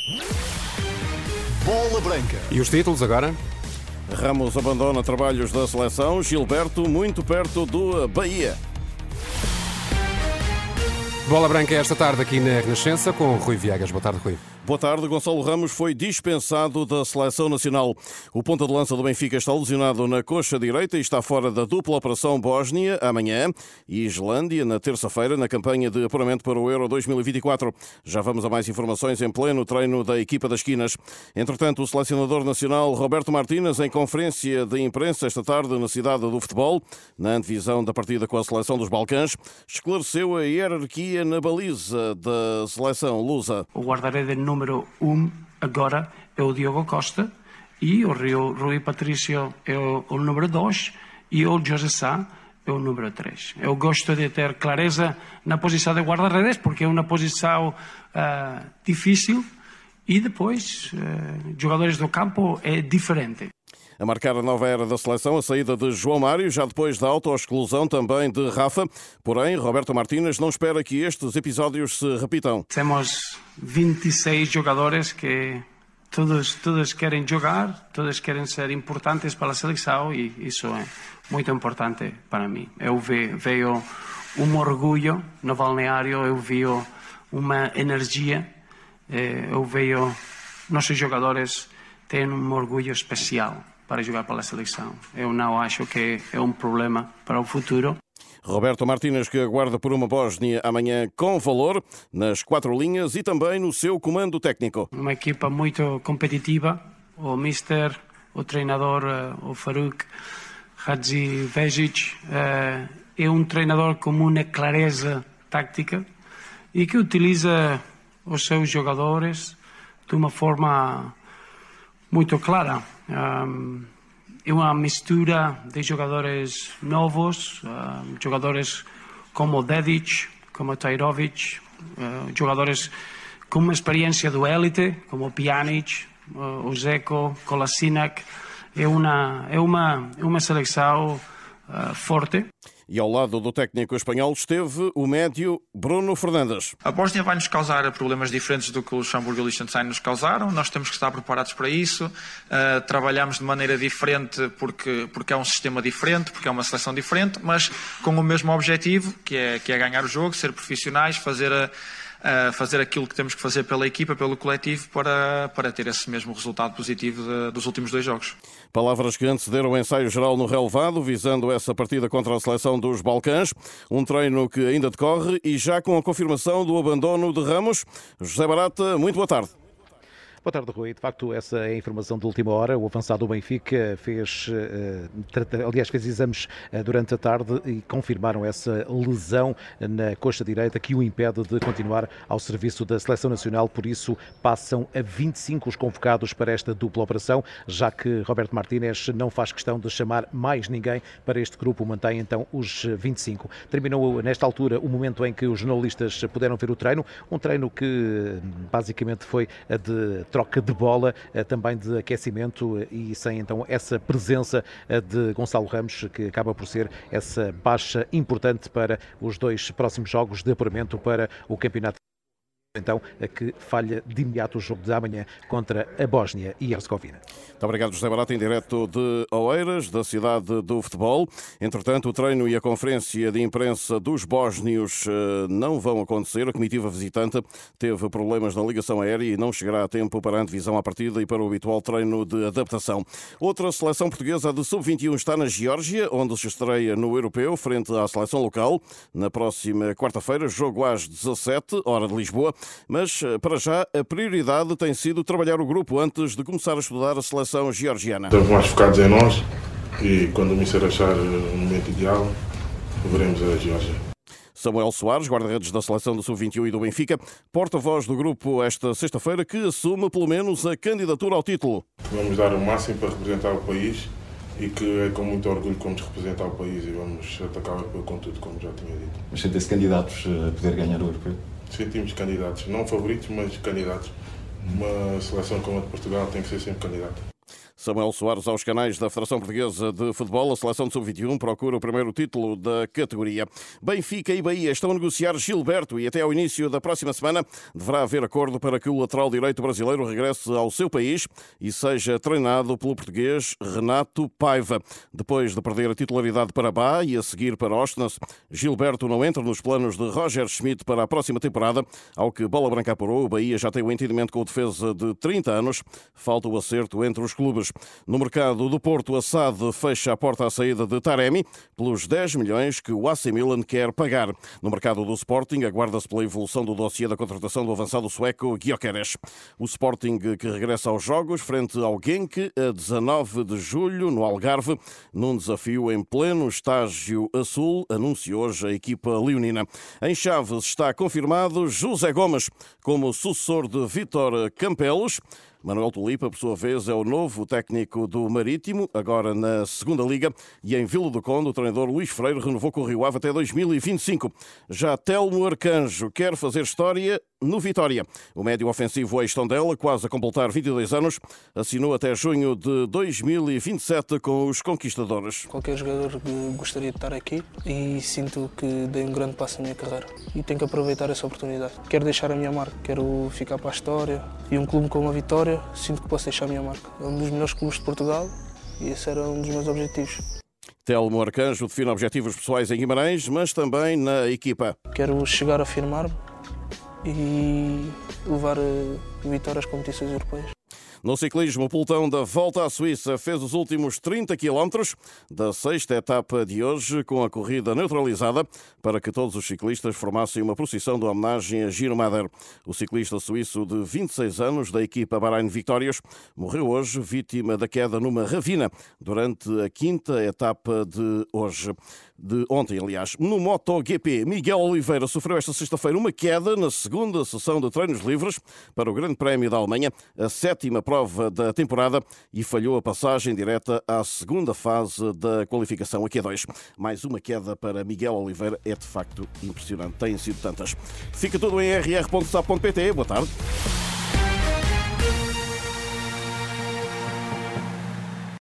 Bola Branca. E os títulos agora? Ramos abandona trabalhos da seleção. Gilberto muito perto do Bahia. Bola Branca esta tarde aqui na Renascença com Rui Viegas. Boa tarde, Rui. Boa tarde. Gonçalo Ramos foi dispensado da seleção nacional. O ponta de lança do Benfica está lesionado na coxa direita e está fora da dupla operação Bósnia amanhã e Islândia na terça-feira na campanha de apuramento para o Euro 2024. Já vamos a mais informações em pleno treino da equipa das Quinas. Entretanto, o selecionador nacional Roberto Martínez, em conferência de imprensa esta tarde na cidade do futebol, na antevisão da partida com a seleção dos Balcãs, esclareceu a hierarquia na baliza da seleção lusa. O guarda-redes número 1 agora é o Diogo Costa e o Rui Patrício é o número 2 e o José Sá é o número 3. Eu gosto de ter clareza na posição de guarda-redes porque é uma posição difícil e depois jogadores do campo é diferente. A marcar a nova era da seleção, a saída de João Mário, já depois da autoexclusão também de Rafa. Porém, Roberto Martínez não espera que estes episódios se repitam. Temos 26 jogadores que todos querem jogar, todos querem ser importantes para a seleção e isso é muito importante para mim. Eu vejo um orgulho no balneário, eu vejo uma energia, eu vejo nossos jogadores têm um orgulho especial para jogar pela seleção. Eu não acho que é um problema para o futuro. Roberto Martínez, que aguarda por uma Bósnia amanhã com valor, nas 4 linhas e também no seu comando técnico. Uma equipa muito competitiva. O mister, o treinador, o Faruk Hadžibešić, é um treinador com uma clareza tática e que utiliza os seus jogadores de uma forma muito clara. É uma mistura de jogadores novos, jogadores como Dedić, como Tajrović, jogadores com uma experiência do élite, como Pjanić, o Dzeko, Kolasinac. É uma seleção forte. E ao lado do técnico espanhol esteve o médio Bruno Fernandes. A Bósnia vai nos causar problemas diferentes do que o Luxemburgo e o Liechtenstein nos causaram. Nós temos que estar preparados para isso. Trabalhamos de maneira diferente porque é um sistema diferente, porque é uma seleção diferente, mas com o mesmo objetivo, que é ganhar o jogo, ser profissionais, fazer aquilo que temos que fazer pela equipa, pelo coletivo, para ter esse mesmo resultado positivo dos últimos 2 jogos. Palavras que antecederam o ensaio geral no relevado, visando essa partida contra a seleção dos Balcãs. Um treino que ainda decorre e já com a confirmação do abandono de Ramos. José Barata, muito boa tarde. Boa tarde, Rui. De facto, essa é a informação de última hora. O avançado do Benfica fez exames durante a tarde e confirmaram essa lesão na coxa direita que o impede de continuar ao serviço da Seleção Nacional. Por isso, passam a 25 os convocados para esta dupla operação, já que Roberto Martínez não faz questão de chamar mais ninguém para este grupo. Mantém então os 25. Terminou nesta altura o momento em que os jornalistas puderam ver o treino. Um treino que basicamente foi de troca de bola, também de aquecimento e sem então essa presença de Gonçalo Ramos, que acaba por ser essa baixa importante para os 2 próximos jogos de apuramento para o campeonato. Então, a que falha de imediato o jogo de amanhã contra a Bósnia e Herzegovina. Muito obrigado, José Barata, em direto de Oeiras, da cidade do futebol. Entretanto, o treino e a conferência de imprensa dos bósnios não vão acontecer. A comitiva visitante teve problemas na ligação aérea e não chegará a tempo para a antevisão à partida e para o habitual treino de adaptação. Outra seleção portuguesa de sub-21 está na Geórgia, onde se estreia no Europeu, frente à seleção local. Na próxima quarta-feira, jogo às 17, hora de Lisboa. Mas, para já, a prioridade tem sido trabalhar o grupo antes de começar a estudar a seleção georgiana. Estamos mais focados em nós e, quando o Mister achar o momento ideal, veremos a Geórgia. Samuel Soares, guarda-redes da seleção do Sub-21 e do Benfica, porta-voz do grupo esta sexta-feira, que assume pelo menos a candidatura ao título. Vamos dar o máximo para representar o país e que é com muito orgulho que vamos representar o país e vamos atacar o europeu com tudo, como já tinha dito. Mas sentem-se candidatos a poder ganhar o europeu? Sentimos candidatos, não favoritos, mas candidatos. Uma seleção como a de Portugal tem que ser sempre candidata. Samuel Soares aos canais da Federação Portuguesa de Futebol. A seleção de Sub-21 procura o primeiro título da categoria. Benfica e Bahia estão a negociar Gilberto e até ao início da próxima semana deverá haver acordo para que o lateral direito brasileiro regresse ao seu país e seja treinado pelo português Renato Paiva. Depois de perder a titularidade para Bá e a seguir para Ostnas, Gilberto não entra nos planos de Roger Schmidt para a próxima temporada. Ao que Bola Branca apurou, o Bahia já tem o entendimento com o defesa de 30 anos. Falta o acerto entre os clubes. No mercado do Porto, a SAD fecha a porta à saída de Taremi pelos 10 milhões que o AC Milan quer pagar. No mercado do Sporting, aguarda-se pela evolução do dossiê da contratação do avançado sueco Gyökeres. O Sporting, que regressa aos jogos frente ao Genk a 19 de julho, no Algarve, num desafio em pleno estágio azul, anunciou hoje a equipa leonina. Em Chaves está confirmado José Gomes como sucessor de Vítor Campelos. Manuel Tulipa, por sua vez, é o novo técnico do Marítimo, agora na segunda Liga, e em Vila do Conde o treinador Luís Freire renovou com o Rio Ave até 2025. Já Telmo Arcanjo quer fazer história no Vitória. O médio ofensivo ex-Tondela, quase a completar 22 anos, assinou até junho de 2027 com os conquistadores. Qualquer jogador gostaria de estar aqui e sinto que dei um grande passo na minha carreira e tenho que aproveitar essa oportunidade. Quero deixar a minha marca, quero ficar para a história e um clube como a Vitória sinto que posso deixar a minha marca. É um dos melhores clubes de Portugal e esse era um dos meus objetivos. Telmo Arcanjo define objetivos pessoais em Guimarães, mas também na equipa. Quero chegar a firmar-me e levar a Vitória às competições europeias. No ciclismo, o pelotão da Volta à Suíça fez os últimos 30 km da sexta etapa de hoje, com a corrida neutralizada para que todos os ciclistas formassem uma procissão de homenagem a Giro Madère. O ciclista suíço de 26 anos, da equipa Bahrein Victorious, morreu hoje vítima da queda numa ravina durante a quinta etapa de ontem, aliás. No MotoGP, Miguel Oliveira sofreu esta sexta-feira uma queda na segunda sessão de treinos livres para o Grande Prémio da Alemanha, a sétima prova da temporada, e falhou a passagem direta à segunda fase da qualificação, a Q2. Mais uma queda para Miguel Oliveira, é de facto impressionante. Têm sido tantas. Fica tudo em rr.sap.pt. Boa tarde.